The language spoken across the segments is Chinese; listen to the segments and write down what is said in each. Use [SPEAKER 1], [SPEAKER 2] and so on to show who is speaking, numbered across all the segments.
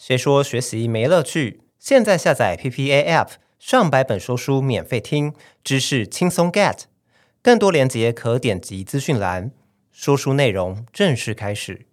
[SPEAKER 1] 谁说学习没乐趣？现在下载 PPA App， 上百本说书免费听，知识轻松 get。更多连结可点击资讯栏。说书内容正式开始。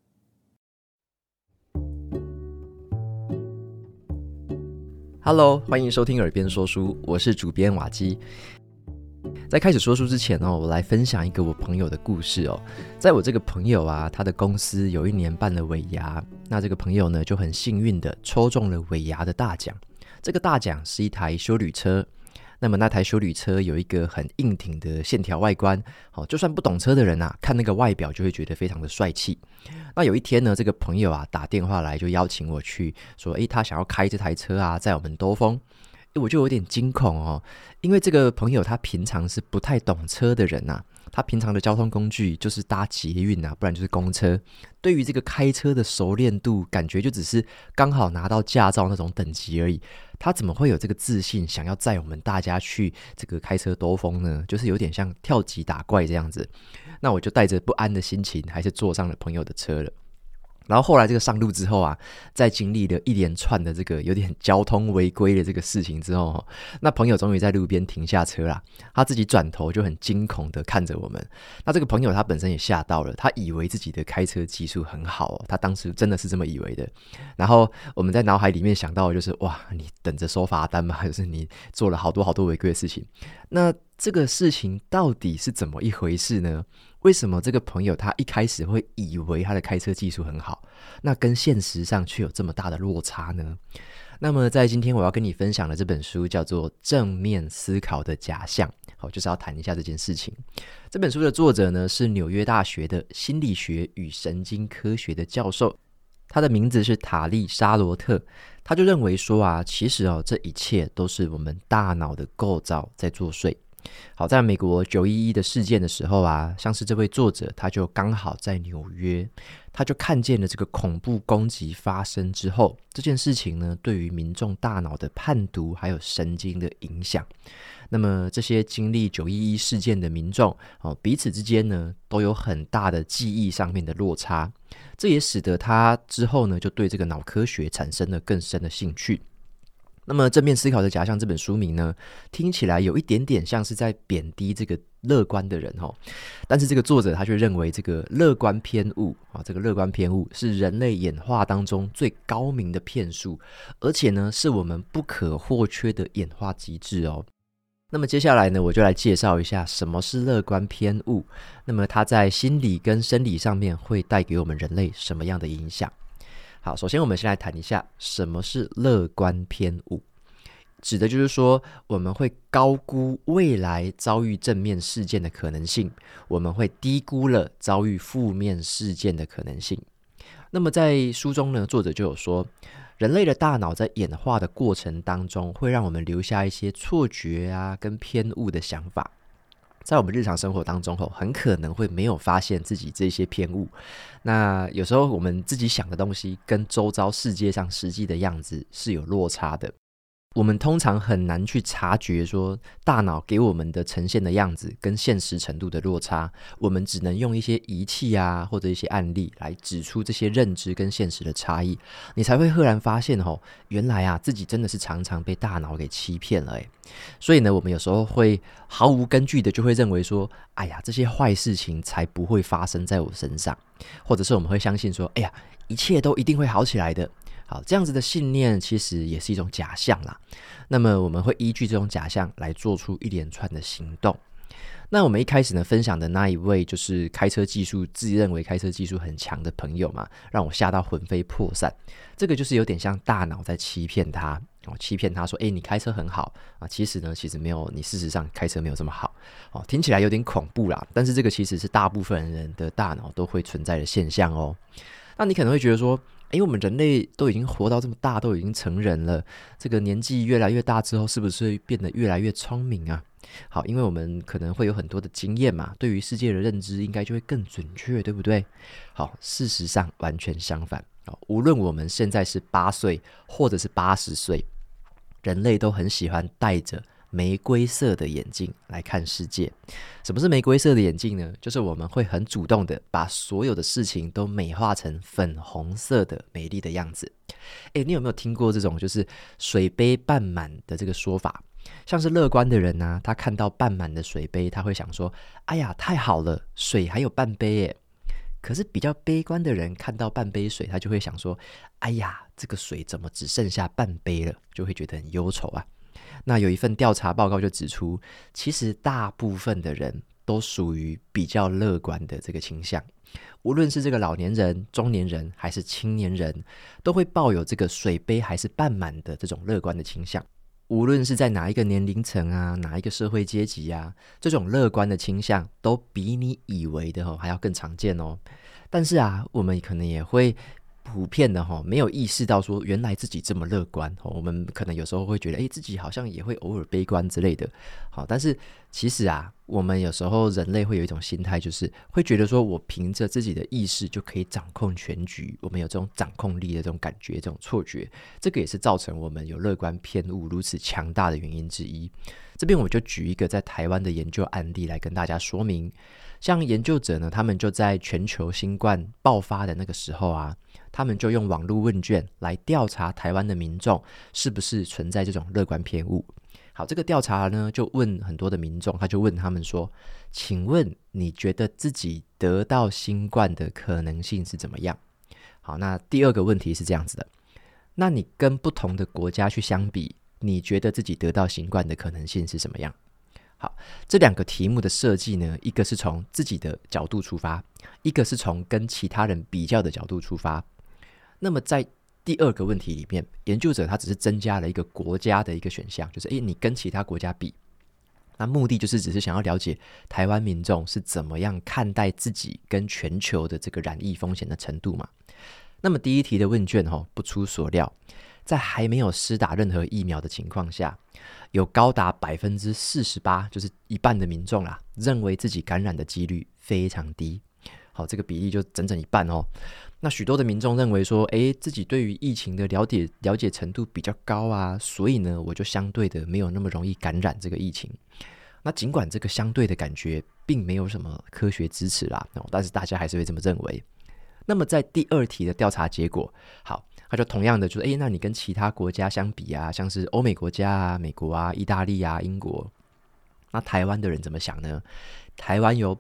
[SPEAKER 2] Hello， 欢迎收听耳边说书，我是主编瓦基。在开始说书之前我来分享一个我朋友的故事在我这个朋友他的公司有1年办了尾牙，那这个朋友呢就很幸运的抽中了尾牙的大奖。这个大奖是一台休旅车，那么那台休旅车有一个很硬挺的线条外观，就算不懂车的人看那个外表就会觉得非常的帅气。那有一天呢，这个朋友打电话来就邀请我去，说他想要开这台车载我们兜风。我就有点惊恐因为这个朋友他平常是不太懂车的人他平常的交通工具就是搭捷运不然就是公车，对于这个开车的熟练度感觉就只是刚好拿到驾照那种等级而已。他怎么会有这个自信想要载我们大家去这个开车兜风呢？就是有点像跳级打怪这样子。那我就带着不安的心情还是坐上了朋友的车了。然后后来这个上路之后在经历了一连串的这个有点交通违规的这个事情之后那朋友终于在路边停下车啦，他自己转头就很惊恐的看着我们。那这个朋友他本身也吓到了，他以为自己的开车技术很好他当时真的是这么以为的。然后我们在脑海里面想到的就是哇，你等着收罚单吗？还是你做了好多违规的事情？那这个事情到底是怎么一回事呢？为什么这个朋友他一开始会以为他的开车技术很好，那跟现实上却有这么大的落差呢？那么在今天我要跟你分享的这本书叫做《正面思考的假象》，就是要谈一下这件事情。这本书的作者呢是纽约大学的心理学与神经科学的教授，他的名字是塔利沙罗特。他就认为说其实这一切都是我们大脑的构造在作祟。好，在美国911的事件的时候像是这位作者他就刚好在纽约，他就看见了这个恐怖攻击发生之后，这件事情呢对于民众大脑的判读还有神经的影响。那么这些经历911事件的民众彼此之间呢都有很大的记忆上面的落差，这也使得他之后呢就对这个脑科学产生了更深的兴趣。那么正面思考的假象这本书名呢，听起来有一点点像是在贬低这个乐观的人但是这个作者他却认为这个乐观偏误这个乐观偏误是人类演化当中最高明的骗术，而且呢是我们不可或缺的演化机制那么接下来呢，我就来介绍一下什么是乐观偏误，那么它在心理跟生理上面会带给我们人类什么样的影响。好，首先我们先来谈一下什么是乐观偏误。指的就是说我们会高估未来遭遇正面事件的可能性，我们会低估了遭遇负面事件的可能性。那么在书中呢，作者就有说，人类的大脑在演化的过程当中会让我们留下一些错觉跟偏误的想法，在我们日常生活当中很可能会没有发现自己这些偏误。那有时候我们自己想的东西跟周遭世界上实际的样子是有落差的，我们通常很难去察觉说大脑给我们的呈现的样子跟现实程度的落差，我们只能用一些仪器或者一些案例来指出这些认知跟现实的差异，你才会赫然发现原来自己真的是常常被大脑给欺骗了所以呢，我们有时候会毫无根据的就会认为说，哎呀，这些坏事情才不会发生在我身上，或者是我们会相信说，哎呀，一切都一定会好起来的。好，这样子的信念其实也是一种假象啦。那么我们会依据这种假象来做出一连串的行动。那我们一开始呢分享的那一位就是开车技术自认为开车技术很强的朋友嘛，让我吓到魂飞魄散。这个就是有点像大脑在欺骗他，欺骗他说你开车很好其实没有，你事实上开车没有这么好听起来有点恐怖啦，但是这个其实是大部分人的大脑都会存在的现象那你可能会觉得说，我们人类都已经活到这么大，都已经成人了，这个年纪越来越大之后是不是变得越来越聪明啊？好，因为我们可能会有很多的经验嘛，对于世界的认知应该就会更准确，对不对？好，事实上完全相反无论我们现在是8岁或者是80岁，人类都很喜欢戴着玫瑰色的眼镜来看世界。什么是玫瑰色的眼镜呢？就是我们会很主动的把所有的事情都美化成粉红色的美丽的样子。你有没有听过这种就是水杯半满的这个说法？像是乐观的人啊，他看到半满的水杯，他会想说，哎呀，太好了，水还有半杯耶。可是比较悲观的人看到半杯水，他就会想说，哎呀，这个水怎么只剩下半杯了，就会觉得很忧愁啊。那有一份调查报告就指出，其实大部分的人都属于比较乐观的这个倾向，无论是这个老年人、中年人还是青年人，都会抱有这个水杯还是半满的这种乐观的倾向。无论是在哪一个年龄层啊，哪一个社会阶级啊，这种乐观的倾向都比你以为的还要更常见哦。但是啊，我们可能也会普遍的没有意识到说原来自己这么乐观。我们可能有时候会觉得自己好像也会偶尔悲观之类的。但是其实啊，我们有时候人类会有一种心态，就是会觉得说我凭着自己的意识就可以掌控全局，我们有这种掌控力的这种感觉，这种错觉，这个也是造成我们有乐观偏误如此强大的原因之一。这边我就举一个在台湾的研究案例来跟大家说明。像研究者呢，他们就在全球新冠爆发的那个时候啊，他们就用网络问卷来调查台湾的民众是不是存在这种乐观偏误。好，这个调查呢就问很多的民众，他就问他们说，请问你觉得自己得到新冠的可能性是怎么样？好，那第二个问题是这样子的，那你跟不同的国家去相比，你觉得自己得到新冠的可能性是什么样？好，这两个题目的设计呢，一个是从自己的角度出发，一个是从跟其他人比较的角度出发。那么在第二个问题里面，研究者他只是增加了一个国家的一个选项，就是你跟其他国家比，那目的就是只是想要了解台湾民众是怎么样看待自己跟全球的这个染疫风险的程度嘛。那么第一题的问卷不出所料，在还没有施打任何疫苗的情况下，有高达 48%， 就是一半的民众啦，认为自己感染的几率非常低。好，这个比例就整整一半哦。那许多的民众认为说，自己对于疫情的了解程度比较高啊，所以呢，我就相对的没有那么容易感染这个疫情。那尽管这个相对的感觉并没有什么科学支持啦，但是大家还是会这么认为。那么在第二题的调查结果，好，他就同样的就是那你跟其他国家相比啊，像是欧美国家啊、美国啊、意大利啊、英国，那台湾的人怎么想呢？台湾有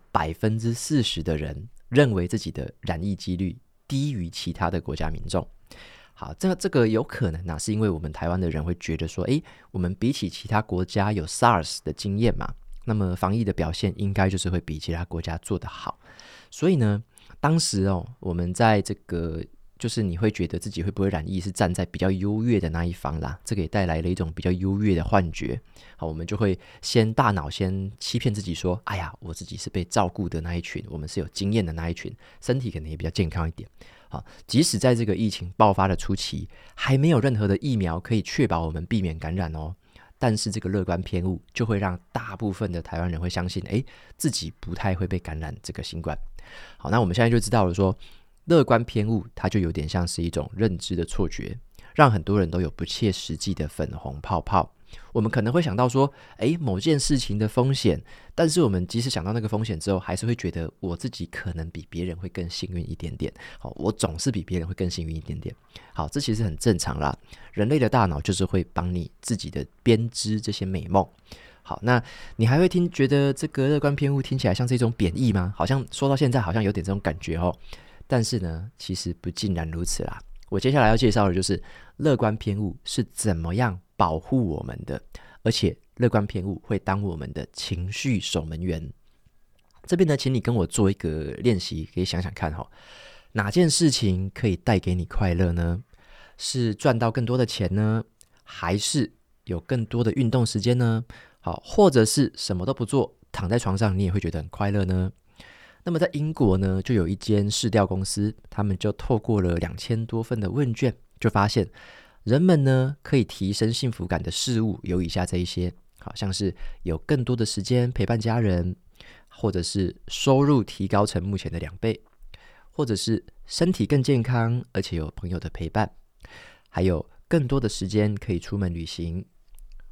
[SPEAKER 2] 40% 的人认为自己的染疫几率低于其他的国家民众。好，这个有可能是因为我们台湾的人会觉得说，我们比起其他国家有 SARS 的经验嘛，那么防疫的表现应该就是会比其他国家做得好。所以呢，当时我们在这个就是你会觉得自己会不会染疫是站在比较优越的那一方啦，这个也带来了一种比较优越的幻觉。好，我们就会大脑先欺骗自己说，哎呀，我自己是被照顾的那一群，我们是有经验的那一群，身体可能也比较健康一点。好，即使在这个疫情爆发的初期，还没有任何的疫苗可以确保我们避免感染哦，但是这个乐观偏误就会让大部分的台湾人会相信，自己不太会被感染这个新冠。好，那我们现在就知道了说，乐观偏误它就有点像是一种认知的错觉，让很多人都有不切实际的粉红泡泡。我们可能会想到说，某件事情的风险，但是我们即使想到那个风险之后，还是会觉得我自己可能比别人会更幸运一点点。好，我总是比别人会更幸运一点点。好，这其实很正常啦，人类的大脑就是会帮你自己的编织这些美梦。好，那你还会觉得这个乐观偏误听起来像是一种贬义吗？好像说到现在好像有点这种感觉但是呢，其实不尽然如此啦。我接下来要介绍的就是乐观偏误是怎么样保护我们的，而且乐观偏误会当我们的情绪守门员。这边呢，请你跟我做一个练习，可以想想看哪件事情可以带给你快乐呢？是赚到更多的钱呢，还是有更多的运动时间呢？好，或者是什么都不做，躺在床上你也会觉得很快乐呢？那么在英国呢，就有一间市调公司，他们就透过了2000多份的问卷，就发现人们呢可以提升幸福感的事物有以下这一些，好像是有更多的时间陪伴家人，或者是收入提高成目前的2倍，或者是身体更健康，而且有朋友的陪伴，还有更多的时间可以出门旅行，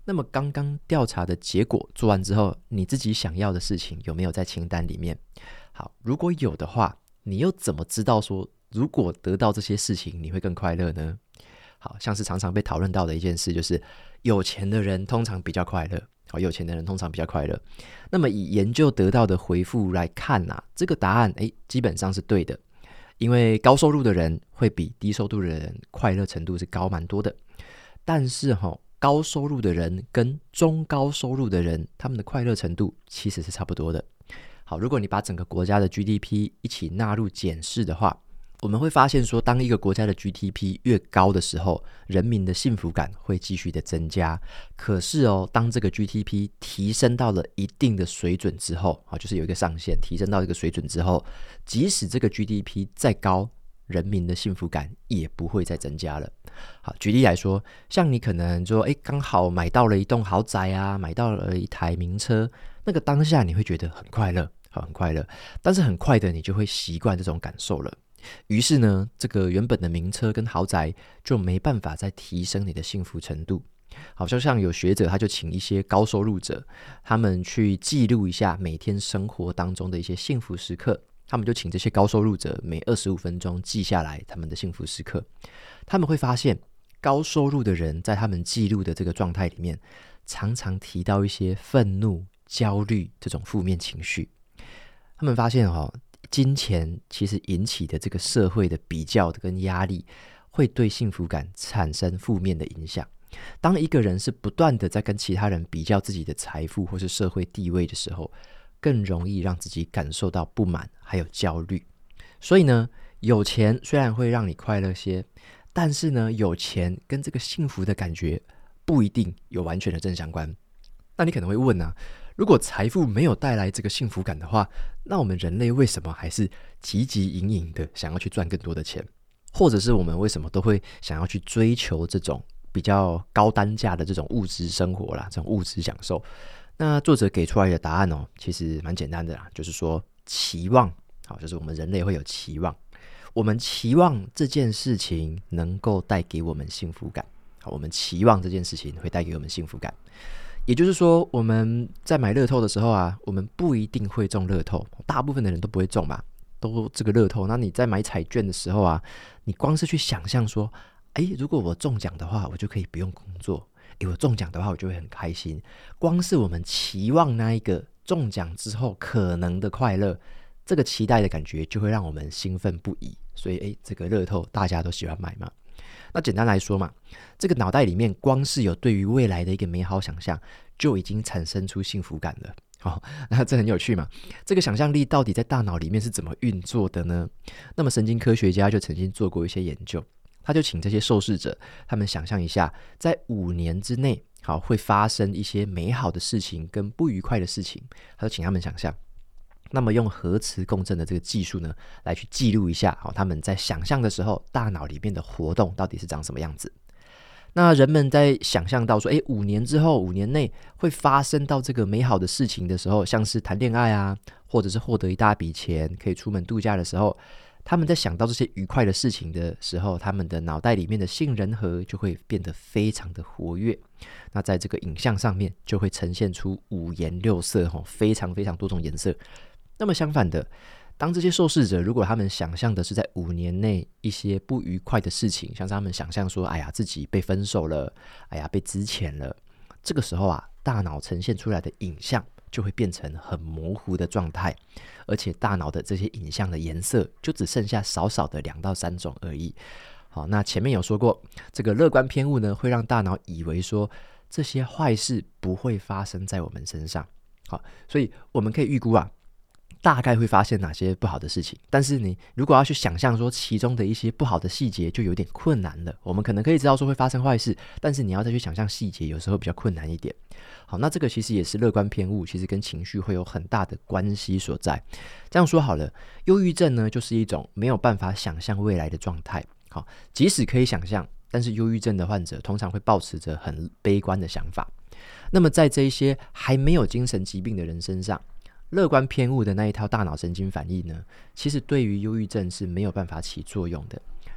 [SPEAKER 2] 那么刚刚调查的结果做完之后，你自己想要的事情有没有在清单里面？好，如果有的话，你又怎么知道说如果得到这些事情你会更快乐呢？好，像是常常被讨论到的一件事，就是有钱的人通常比较快乐。好，有钱的人通常比较快乐。那么以研究得到的回复来看啊，这个答案基本上是对的，因为高收入的人会比低收入的人快乐程度是高蛮多的。但是高收入的人跟中高收入的人，他们的快乐程度其实是差不多的。好，如果你把整个国家的 GDP 一起纳入检视的话，我们会发现说，当一个国家的 GDP 越高的时候，人民的幸福感会继续的增加。可是当这个 GDP 提升到了一定的水准之后，就是有一个上限，提升到一个水准之后，即使这个 GDP 再高，人民的幸福感也不会再增加了。好，举例来说，像你可能说刚好买到了一栋豪宅啊，买到了一台名车，那个当下你会觉得很快乐，很快乐，但是很快的你就会习惯这种感受了。于是呢，这个原本的名车跟豪宅就没办法再提升你的幸福程度。好，就像有学者他就请一些高收入者，他们去记录一下每天生活当中的一些幸福时刻。他们就请这些高收入者每25分钟记下来他们的幸福时刻。他们会发现，高收入的人在他们记录的这个状态里面，常常提到一些愤怒、焦虑这种负面情绪。他们发现金钱其实引起的这个社会的比较跟压力，会对幸福感产生负面的影响。当一个人是不断的在跟其他人比较自己的财富或是社会地位的时候，更容易让自己感受到不满还有焦虑。所以呢，有钱虽然会让你快乐些，但是呢，有钱跟这个幸福的感觉不一定有完全的正相关。那你可能会问啊，如果财富没有带来这个幸福感的话，那我们人类为什么还是汲汲营营的想要去赚更多的钱？或者是我们为什么都会想要去追求这种比较高单价的这种物质生活啦，这种物质享受？那作者给出来的答案其实蛮简单的啦，就是说期望。好，就是我们人类会有期望，我们期望这件事情能够带给我们幸福感。好，我们期望这件事情会带给我们幸福感。也就是说，我们在买乐透的时候啊，我们不一定会中乐透，大部分的人都不会中嘛，都这个乐透。那你在买彩券的时候啊，你光是去想象说，如果我中奖的话，我就可以不用工作，我中奖的话，我就会很开心。光是我们期望那一个中奖之后可能的快乐，这个期待的感觉就会让我们兴奋不已。所以这个乐透大家都喜欢买嘛。那简单来说嘛，这个脑袋里面光是有对于未来的一个美好想象，就已经产生出幸福感了。那这很有趣嘛。这个想象力到底在大脑里面是怎么运作的呢？那么神经科学家就曾经做过一些研究，他就请这些受试者，他们想象一下，在5年之内会发生一些美好的事情跟不愉快的事情，他就请他们想象。那么用核磁共振的这个技术呢，来去记录一下他们在想象的时候大脑里面的活动到底是长什么样子。那人们在想象到说5年之后5年内会发生到这个美好的事情的时候，像是谈恋爱啊，或者是获得一大笔钱可以出门度假的时候，他们在想到这些愉快的事情的时候，他们的脑袋里面的杏仁核就会变得非常的活跃。那在这个影像上面就会呈现出五颜六色非常非常多种颜色。那么相反的，当这些受试者如果他们想象的是在5年内一些不愉快的事情，像是他们想象说自己被分手了，被资遣了，这个时候大脑呈现出来的影像就会变成很模糊的状态，而且大脑的这些影像的颜色就只剩下少少的2到3种而已。好，那前面有说过，这个乐观偏误呢，会让大脑以为说这些坏事不会发生在我们身上。好，所以我们可以预估大概会发现哪些不好的事情，但是你如果要去想象说其中的一些不好的细节，就有点困难了。我们可能可以知道说会发生坏事，但是你要再去想象细节，有时候比较困难一点。好，那这个其实也是乐观偏误，其实跟情绪会有很大的关系所在。这样说好了，忧郁症呢，就是一种没有办法想象未来的状态。好，即使可以想象，但是忧郁症的患者通常会抱持着很悲观的想法。那么在这一些还没有精神疾病的人身上，乐观偏误的那一套大脑神经反应呢，其实对于忧郁症是没有办法起作用的。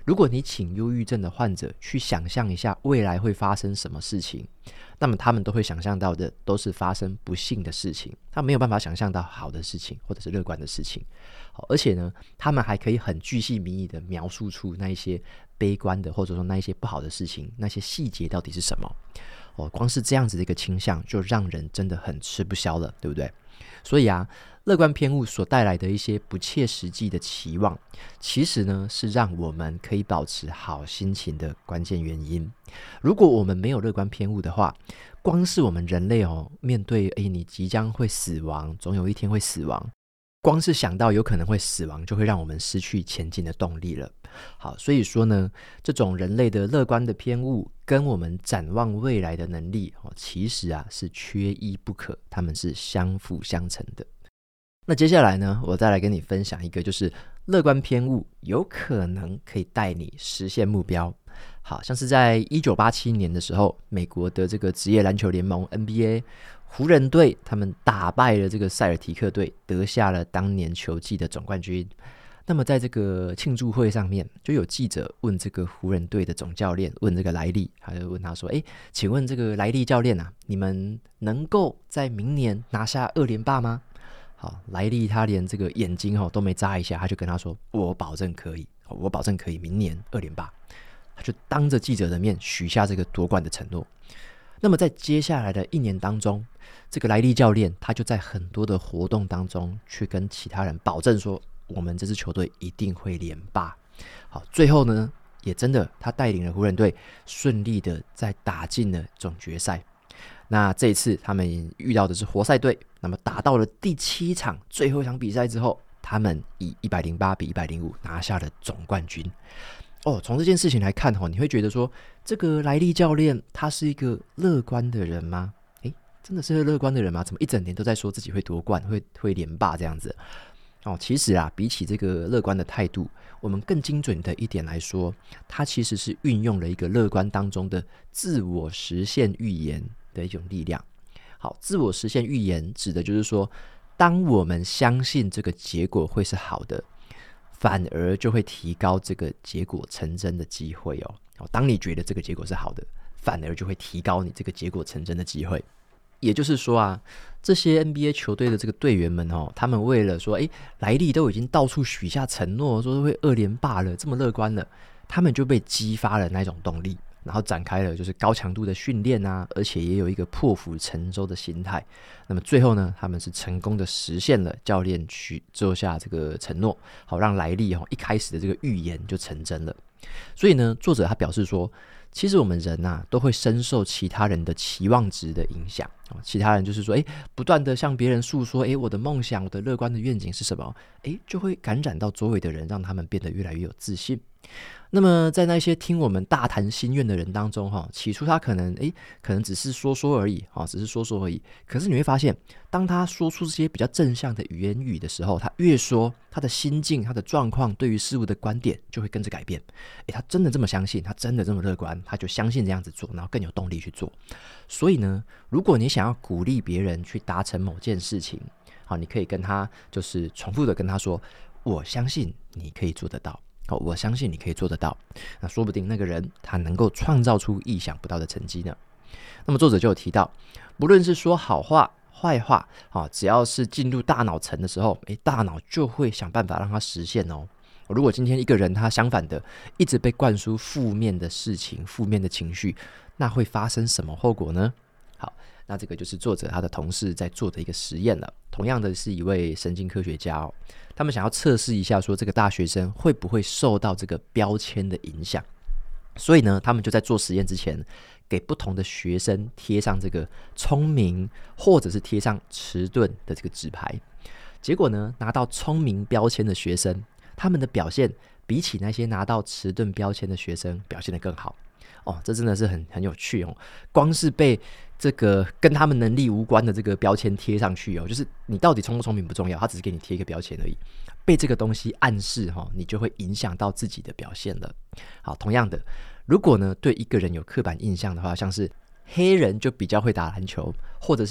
[SPEAKER 2] 如果你请忧郁症的患者去想象一下未来会发生什么事情，那么他们都会想象到的都是发生不幸的事情，他没有办法想象到好的事情或者是乐观的事情。而且呢，他们还可以很巨细靡遗的描述出那一些悲观的或者说那一些不好的事情，那些细节到底是什么。光是这样子的一个倾向就让人真的很吃不消了，对不对？所以啊，乐观偏误所带来的一些不切实际的期望，其实呢是让我们可以保持好心情的关键原因。如果我们没有乐观偏误的话，光是我们人类面对你即将会死亡，总有一天会死亡，光是想到有可能会死亡，就会让我们失去前进的动力了。好，所以说呢，这种人类的乐观的偏误跟我们展望未来的能力，其实啊是缺一不可，它们是相辅相成的。那接下来呢，我再来跟你分享一个，就是乐观偏误有可能可以带你实现目标。好像是在1987年的时候，美国的这个职业篮球联盟 NBA 湖人队他们打败了这个塞尔提克队，得下了当年球季的总冠军。那么在这个庆祝会上面，就有记者问这个湖人队的总教练，问这个莱利，他就问他说，请问这个莱利教练啊，你们能够在明年拿下2连霸吗？好，莱利他连这个眼睛都没眨一下，他就跟他说，我保证可以，我保证可以明年2连霸。他就当着记者的面许下这个夺冠的承诺。那么在接下来的1年当中，这个莱利教练他就在很多的活动当中去跟其他人保证说，我们这支球队一定会连霸。好，最后呢也真的他带领了湖人队顺利的再打进了总决赛。那这一次他们遇到的是活塞队，那么打到了第7场最后一场比赛之后，他们以108比105拿下了总冠军。从这件事情来看你会觉得说，这个莱利教练他是一个乐观的人吗？真的是乐观的人吗？怎么一整年都在说自己会夺冠，会连霸这样子？其实啊，比起这个乐观的态度，我们更精准的一点来说，他其实是运用了一个乐观当中的自我实现预言的一种力量。好，自我实现预言指的就是说，当我们相信这个结果会是好的，反而就会提高这个结果成真的机会当你觉得这个结果是好的，反而就会提高你这个结果成真的机会。也就是说啊，这些 NBA 球队的这个队员们他们为了说莱利都已经到处许下承诺说会2连霸了，这么乐观了，他们就被激发了那种动力，然后展开了就是高强度的训练啊，而且也有一个破釜沉舟的心态。那么最后呢，他们是成功的实现了教练做下这个承诺，好让莱利一开始的这个预言就成真了。所以呢，作者他表示说，其实我们人都会深受其他人的期望值的影响。其他人就是说不断的向别人诉说我的梦想，我的乐观的愿景是什么，就会感染到周围的人，让他们变得越来越有自信。那么在那些听我们大谈心愿的人当中起初他可能只是说说而已只是说说而已。可是你会发现，当他说出这些比较正向的言语的时候，他越说，他的心境，他的状况，对于事物的观点就会跟着改变。他真的这么相信，他真的这么乐观，他就相信这样子做，然后更有动力去做。所以呢，如果你想要鼓励别人去达成某件事情，你可以跟他就是重复的跟他说，我相信你可以做得到，我相信你可以做得到。那说不定那个人他能够创造出意想不到的成绩呢。那么作者就有提到，不论是说好话坏话只要是进入大脑层的时候，大脑就会想办法让它实现如果今天一个人他相反的一直被灌输负面的事情，负面的情绪，那会发生什么后果呢？好，那这个就是作者他的同事在做的一个实验了。同样的是一位神经科学家他们想要测试一下说这个大学生会不会受到这个标签的影响。所以呢，他们就在做实验之前，给不同的学生贴上这个聪明或者是贴上迟钝的这个纸牌。结果呢，拿到聪明标签的学生，他们的表现比起那些拿到迟钝标签的学生表现得更好。这真的是很有趣光是被这个跟他们能力无关的这个标签贴上去就是你到底聪不聪明不重要，他只是给你贴一个标签而已。被这个东西暗示你就会影响到自己的表现了。好，同样的，如果呢对一个人有刻板印象的话，像是黑人就比较会打篮球，或者是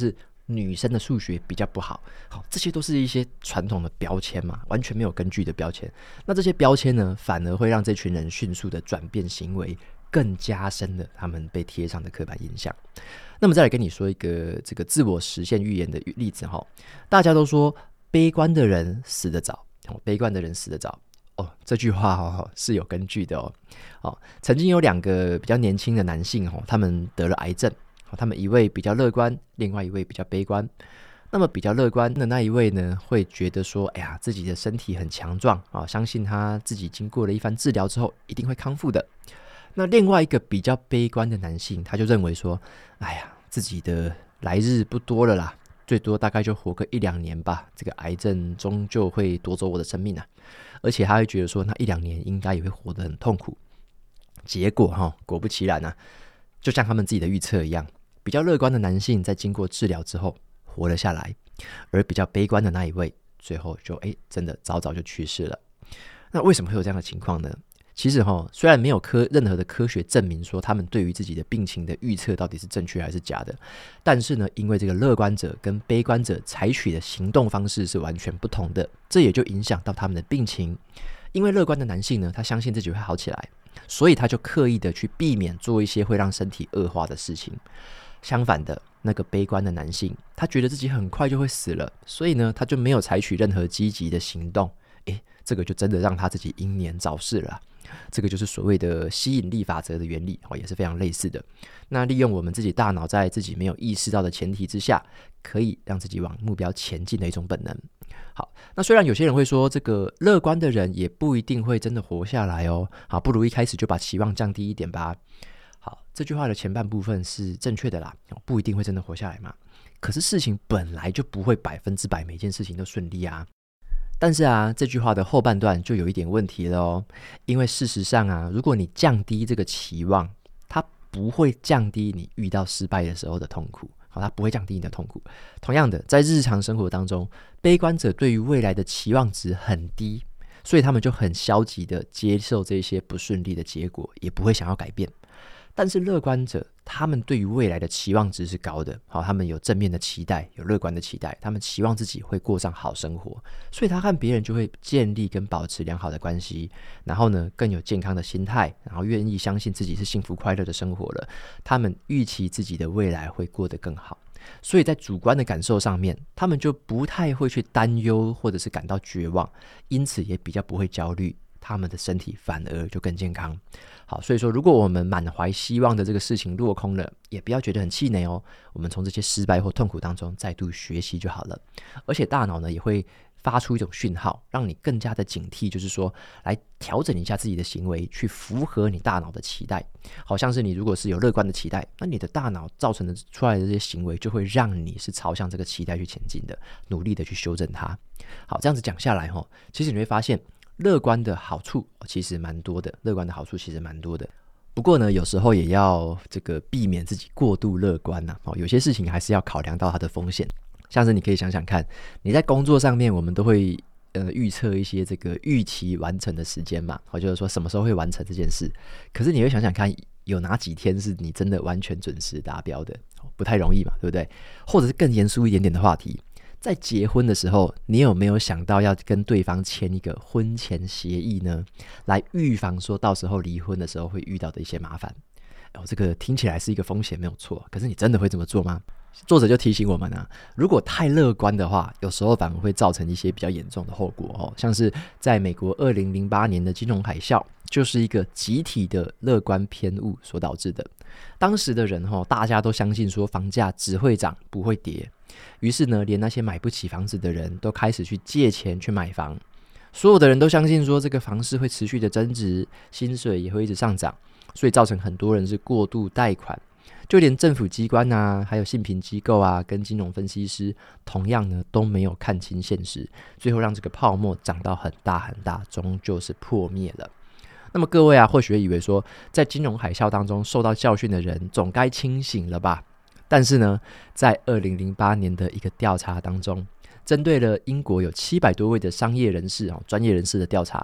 [SPEAKER 2] 女生的数学比较不好。好，这些都是一些传统的标签嘛，完全没有根据的标签。那这些标签呢，反而会让这群人迅速的转变行为，更加深了他们被贴上的刻板印象。那么再来跟你说一个这个自我实现预言的例子哈，大家都说悲观的人死得早，悲观的人死得早。这句话是有根据的哦。曾经有2个比较年轻的男性他们得了癌症，他们一位比较乐观，另外一位比较悲观。那么比较乐观的那一位呢，会觉得说，哎呀，自己的身体很强壮相信他自己经过了一番治疗之后，一定会康复的。那另外一个比较悲观的男性，他就认为说，哎呀，自己的来日不多了啦，最多大概就活个1-2年吧，这个癌症终究会夺走我的生命啊。而且他会觉得说，那1-2年应该也会活得很痛苦。结果果不其然啊，就像他们自己的预测一样，比较乐观的男性在经过治疗之后活了下来，而比较悲观的那一位最后就真的早早就去世了。那为什么会有这样的情况呢？其实虽然没有任何的科学证明说他们对于自己的病情的预测到底是正确还是假的，但是呢，因为这个乐观者跟悲观者采取的行动方式是完全不同的，这也就影响到他们的病情。因为乐观的男性呢，他相信自己会好起来，所以他就刻意的去避免做一些会让身体恶化的事情。相反的，那个悲观的男性，他觉得自己很快就会死了，所以呢，他就没有采取任何积极的行动。这个就真的让他自己英年早逝了。这个就是所谓的吸引力法则的原理，也是非常类似的。那利用我们自己大脑在自己没有意识到的前提之下，可以让自己往目标前进的一种本能。好，那虽然有些人会说，这个乐观的人也不一定会真的活下来哦。好，不如一开始就把期望降低一点吧。好，这句话的前半部分是正确的啦，不一定会真的活下来嘛。可是事情本来就不会100%每件事情都顺利啊。但是这句话的后半段就有一点问题了哦，因为事实上如果你降低这个期望，它不会降低你遇到失败的时候的痛苦，它不会降低你的痛苦。同样的，在日常生活当中，悲观者对于未来的期望值很低，所以他们就很消极的接受这些不顺利的结果，也不会想要改变。但是乐观者，他们对于未来的期望值是高的，他们有正面的期待，有乐观的期待，他们期望自己会过上好生活，所以他和别人就会建立跟保持良好的关系，然后呢，更有健康的心态，然后愿意相信自己是幸福快乐的生活了，他们预期自己的未来会过得更好，所以在主观的感受上面，他们就不太会去担忧或者是感到绝望，因此也比较不会焦虑，他们的身体反而就更健康。好，所以说如果我们满怀希望的这个事情落空了，也不要觉得很气馁哦，我们从这些失败或痛苦当中再度学习就好了。而且大脑呢也会发出一种讯号，让你更加的警惕，就是说来调整一下自己的行为，去符合你大脑的期待。好像是你如果是有乐观的期待，那你的大脑造成的出来的这些行为就会让你是朝向这个期待去前进的，努力的去修正它。好，这样子讲下来其实你会发现乐观的好处其实蛮多的，不过呢，有时候也要这个避免自己过度乐观有些事情还是要考量到它的风险。像是你可以想想看，你在工作上面，我们都会预测一些这个预期完成的时间嘛，就是说什么时候会完成这件事。可是你会想想看，有哪几天是你真的完全准时达标的？不太容易嘛，对不对？或者是更严肃一点点的话题，在结婚的时候，你有没有想到要跟对方签一个婚前协议呢？来预防说到时候离婚的时候会遇到的一些麻烦。这个听起来是一个风险没有错，可是你真的会这么做吗？作者就提醒我们如果太乐观的话，有时候反而会造成一些比较严重的后果像是在美国2008年的金融海啸，就是一个集体的乐观偏误所导致的。当时的人大家都相信说房价只会涨不会跌，于是呢，连那些买不起房子的人都开始去借钱去买房。所有的人都相信说这个房市会持续的增值，薪水也会一直上涨，所以造成很多人是过度贷款。就连政府机关还有信评机构跟金融分析师同样呢都没有看清现实，最后让这个泡沫长到很大很大，终究是破灭了。那么各位或许会以为说，在金融海啸当中受到教训的人总该清醒了吧？但是呢，在2008年的一个调查当中，针对了英国有700多位的商业人士专业人士的调查，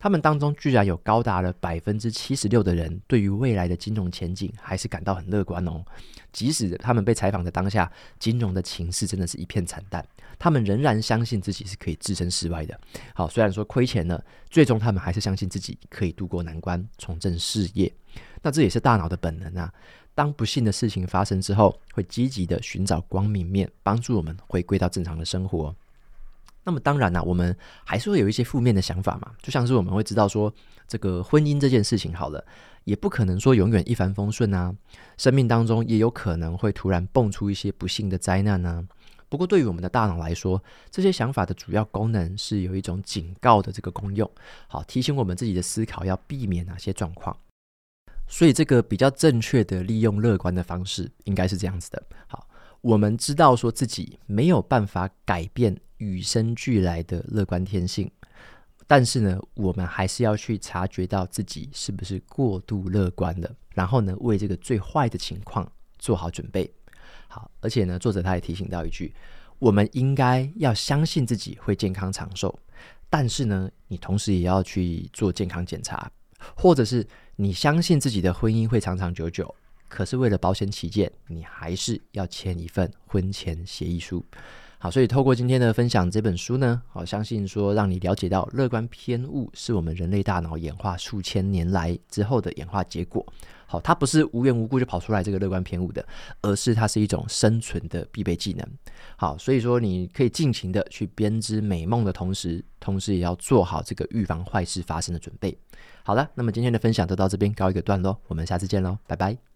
[SPEAKER 2] 他们当中居然有高达了76%的人对于未来的金融前景还是感到很乐观哦。即使他们被采访的当下，金融的情势真的是一片惨淡，他们仍然相信自己是可以置身事外的。好，虽然说亏钱了，最终他们还是相信自己可以渡过难关，重振事业。那这也是大脑的本能啊。当不幸的事情发生之后，会积极的寻找光明面，帮助我们回归到正常的生活。那么当然我们还是会有一些负面的想法嘛，就像是我们会知道说，这个婚姻这件事情好了，也不可能说永远一帆风顺啊，生命当中也有可能会突然蹦出一些不幸的灾难啊。不过对于我们的大脑来说，这些想法的主要功能是有一种警告的这个功用，好，提醒我们自己的思考要避免哪些状况。所以这个比较正确的利用乐观的方式应该是这样子的。好，我们知道说自己没有办法改变与生俱来的乐观天性，但是呢，我们还是要去察觉到自己是不是过度乐观了，然后呢，为这个最坏的情况做好准备。好，而且呢，作者他也提醒到一句，我们应该要相信自己会健康长寿，但是呢，你同时也要去做健康检查，或者是你相信自己的婚姻会长长久久，可是为了保险起见，你还是要签一份婚前协议书。好，所以透过今天的分享这本书呢，好，相信说让你了解到乐观偏误是我们人类大脑演化数千年来之后的演化结果。好，它不是无缘无故就跑出来这个乐观偏误的，而是它是一种生存的必备技能。好，所以说你可以尽情的去编织美梦的同时也要做好这个预防坏事发生的准备。好了，那么今天的分享就到这边告一个段落，我们下次见咯，拜拜。